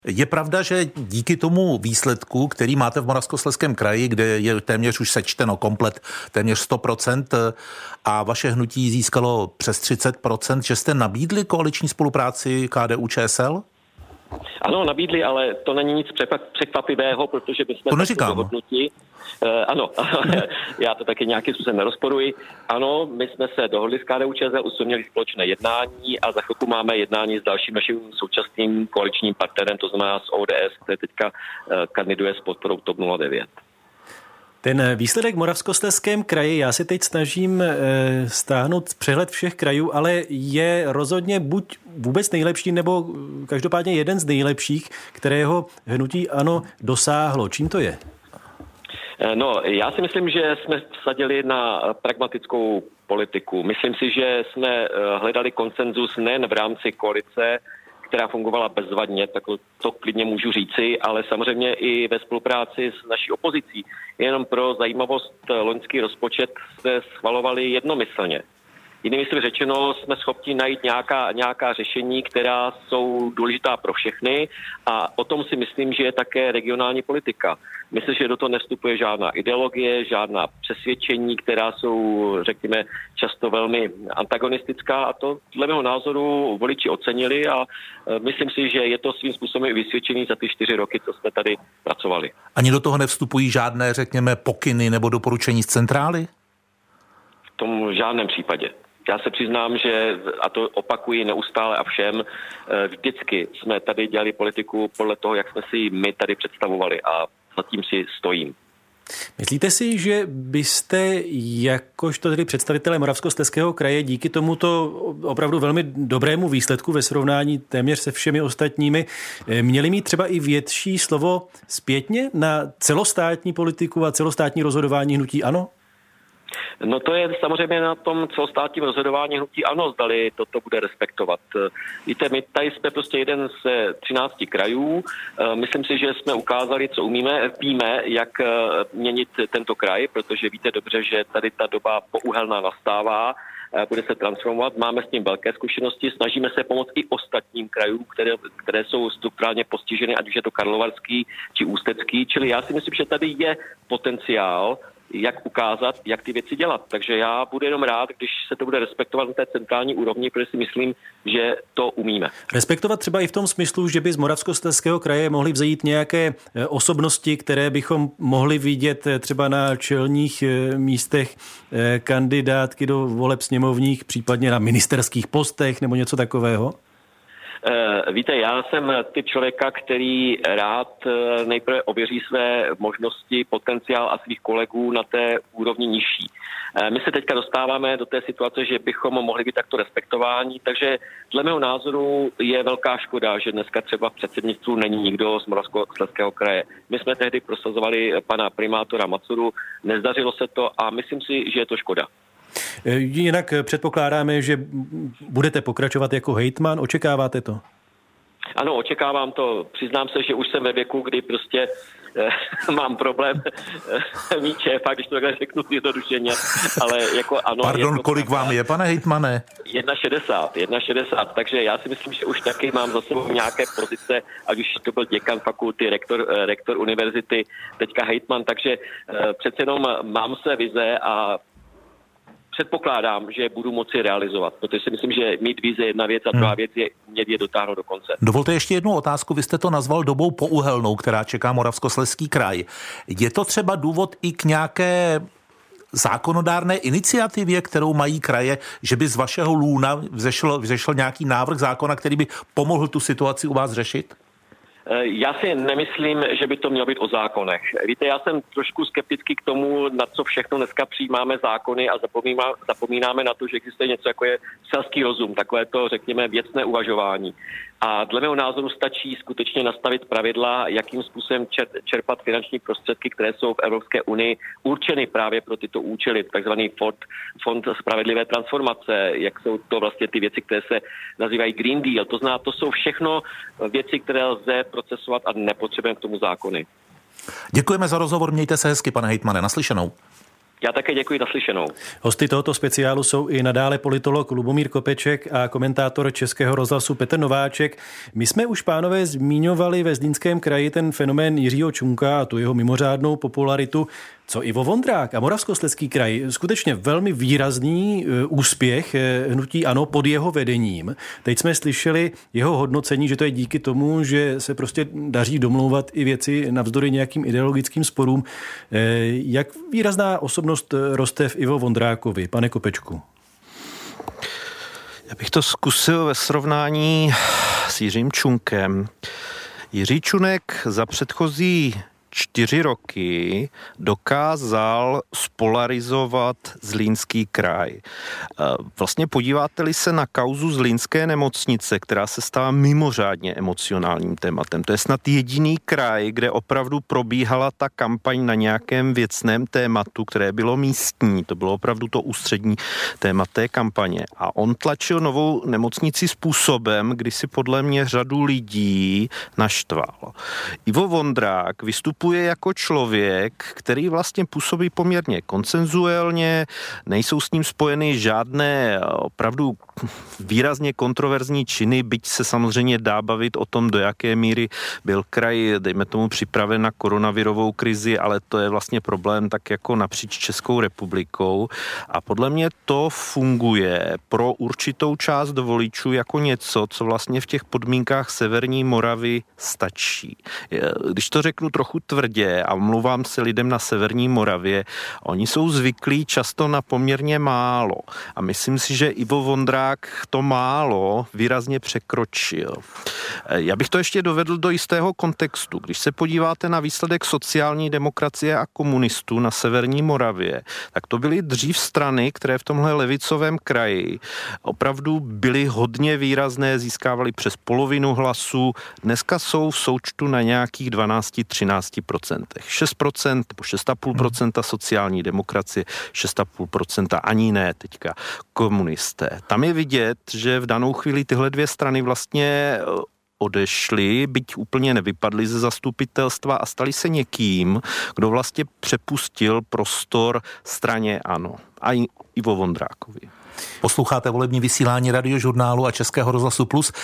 Je pravda, že díky tomu výsledku, který máte v Moravskoslezském kraji, kde je téměř už sečteno komplet téměř 100% a vaše hnutí získalo přes 30%, že jste nabídli koaliční spolupráci KDU-ČSL? Ano, nabídli, ale to není nic překvapivého, protože my jsme dohodnutí. Ano, já to taky nějakým způsobem nerozporuji. Ano, my jsme se dohodli s KDU-ČSL, už jsme měli společné jednání a za chvilku máme jednání s dalším naším současným koaličním partnerem, to znamená s ODS, který teďka kandiduje s podporou TOP 09. Ten výsledek v Moravskoslezském kraji, já si teď snažím stáhnout přehled všech krajů, ale je rozhodně buď vůbec nejlepší, nebo každopádně jeden z nejlepších, kterého hnutí ANO dosáhlo. Čím to je? No, já si myslím, že jsme vsadili na pragmatickou politiku. Myslím si, že jsme hledali konsenzus nejen v rámci koalice, která fungovala bezvadně, tak to klidně můžu říci, ale samozřejmě i ve spolupráci s naší opozicí. Jenom pro zajímavost, loňský rozpočet se schvalovali jednomyslně. Jinými slovy řečeno, jsme schopni najít nějaká řešení, která jsou důležitá pro všechny a o tom si myslím, že je také regionální politika. Myslím, že do toho nevstupuje žádná ideologie, žádná přesvědčení, která jsou, řekněme, často velmi antagonistická a to dle mého názoru voliči ocenili a myslím si, že je to svým způsobem vysvědčení za ty 4 roky, co jsme tady pracovali. Ani do toho nevstupují žádné, řekněme, pokyny nebo doporučení z centrály? V tom žádném případě. Já se přiznám, že, a to opakuji neustále a všem, vždycky jsme tady dělali politiku podle toho, jak jsme si ji my tady představovali a zatím si stojím. Myslíte si, že byste jakožto tedy představitelé Moravskoslezského kraje díky tomuto opravdu velmi dobrému výsledku ve srovnání téměř se všemi ostatními měli mít třeba i větší slovo zpětně na celostátní politiku a celostátní rozhodování hnutí ANO? No to je samozřejmě na tom celostátním rozhodování hnutí ANO, zdali toto bude respektovat. Víte, my tady jsme prostě jeden z 13 krajů. Myslím si, že jsme ukázali, co umíme. Víme, jak měnit tento kraj, protože víte dobře, že tady ta doba pouhelná nastává, bude se transformovat. Máme s tím velké zkušenosti, snažíme se pomoct i ostatním krajům, které jsou strukturálně postiženy, ať už je to Karlovarský či Ústecký. Čili já si myslím, že tady je potenciál, jak ukázat, jak ty věci dělat. Takže já budu jenom rád, když se to bude respektovat na té centrální úrovni, protože si myslím, že to umíme. Respektovat třeba i v tom smyslu, že by z Moravskoslezského kraje mohly vzejít nějaké osobnosti, které bychom mohli vidět třeba na čelních místech kandidátky do voleb sněmovních, případně na ministerských postech nebo něco takového? Víte, já jsem typ člověka, který rád nejprve ověří své možnosti, potenciál a svých kolegů na té úrovni nižší. My se teďka dostáváme do té situace, že bychom mohli být takto respektováni, takže dle mého názoru je velká škoda, že dneska třeba v předsednictvu není nikdo z Moravskoslezského kraje. My jsme tehdy prosazovali pana primátora Macuru, nezdařilo se to a myslím si, že je to škoda. Jinak předpokládáme, že budete pokračovat jako hejtman. Očekáváte to? Ano, očekávám to. Přiznám se, že už jsem ve věku, kdy prostě mám problém mít šéfa, když to takhle řeknu zjednodušeně, ale jako ano. Pardon, kolik vám je, pane hejtmane? 1,60, takže já si myslím, že už taky mám za sebou nějaké pozice, ať už to byl děkan fakulty, rektor univerzity, teďka hejtman, takže přece jenom mám své vize a předpokládám, že budu moci realizovat, protože si myslím, že mít vize je jedna věc a druhá věc je umět je dotáhnout do konce. Dovolte ještě jednu otázku. Vy jste to nazval dobou pouhelnou, která čeká Moravskoslezský kraj. Je to třeba důvod i k nějaké zákonodárné iniciativě, kterou mají kraje, že by z vašeho lůna vzešel nějaký návrh zákona, který by pomohl tu situaci u vás řešit? Já si nemyslím, že by to mělo být o zákonech. Víte, já jsem trošku skeptický k tomu, na co všechno dneska přijímáme zákony a zapomínáme na to, že existuje něco jako je selský rozum, takové to, řekněme, věcné uvažování. A dle mého názoru stačí skutečně nastavit pravidla, jakým způsobem čerpat finanční prostředky, které jsou v Evropské unii určeny právě pro tyto účely, takzvaný fond spravedlivé transformace, jak jsou to vlastně ty věci, které se nazývají Green Deal. To jsou všechno věci, které lze procesovat a nepotřebujeme k tomu zákony. Děkujeme za rozhovor, mějte se hezky, pane hejtmane, naslyšenou. Já také děkuji, naslyšenou. Hosty tohoto speciálu jsou i nadále politolog Lubomír Kopeček a komentátor Českého rozhlasu Petr Nováček. My jsme už, pánové, zmiňovali ve Zlínském kraji ten fenomén Jiřího Čunka a tu jeho mimořádnou popularitu. Co Ivo Vondrák a Moravskoslezský kraj? Skutečně velmi výrazný úspěch hnutí ANO pod jeho vedením. Teď jsme slyšeli jeho hodnocení, že to je díky tomu, že se prostě daří domlouvat i věci navzdory nějakým ideologickým sporům. Jak výrazná osobnost roste v Ivo Vondrákovi, pane Kopečku? Já bych to zkusil ve srovnání s Jiřím Čunkem. Jiří Čunek za předchozí 4 roky dokázal spolarizovat Zlínský kraj. Vlastně podíváte-li se na kauzu Zlínské nemocnice, která se stala mimořádně emocionálním tématem. To je snad jediný kraj, kde opravdu probíhala ta kampaň na nějakém věcném tématu, které bylo místní. To bylo opravdu to ústřední téma té kampaně. A on tlačil novou nemocnici způsobem, kdy si podle mě řadu lidí naštval. Ivo Vondrák vystupuje jako člověk, který vlastně působí poměrně konsenzuálně, nejsou s ním spojeny žádné opravdu výrazně kontroverzní činy, byť se samozřejmě dá bavit o tom, do jaké míry byl kraj, dejme tomu, připraven na koronavirovou krizi, ale to je vlastně problém tak jako napříč Českou republikou. A podle mě to funguje pro určitou část voličů jako něco, co vlastně v těch podmínkách Severní Moravy stačí. Když to řeknu trochu tvrdě a omlouvám se lidem na Severní Moravě, oni jsou zvyklí často na poměrně málo. A myslím si, že Ivo Vondrák to málo výrazně překročil. Já bych to ještě dovedl do jistého kontextu. Když se podíváte na výsledek sociální demokracie a komunistů na Severní Moravě, tak to byly dřív strany, které v tomhle levicovém kraji opravdu byly hodně výrazné, získávaly přes polovinu hlasů. Dneska jsou v součtu na nějakých 12-13%. 6% nebo 6,5% sociální demokracie, 6,5% ani ne teďka komunisté. Tam je vidět, že v danou chvíli tyhle dvě strany vlastně odešli, byť úplně nevypadli ze zastupitelstva a stali se někým, kdo vlastně přepustil prostor straně ANO a Ivo Vondrákovi. Posloucháte volební vysílání Radiožurnálu a Českého rozhlasu Plus.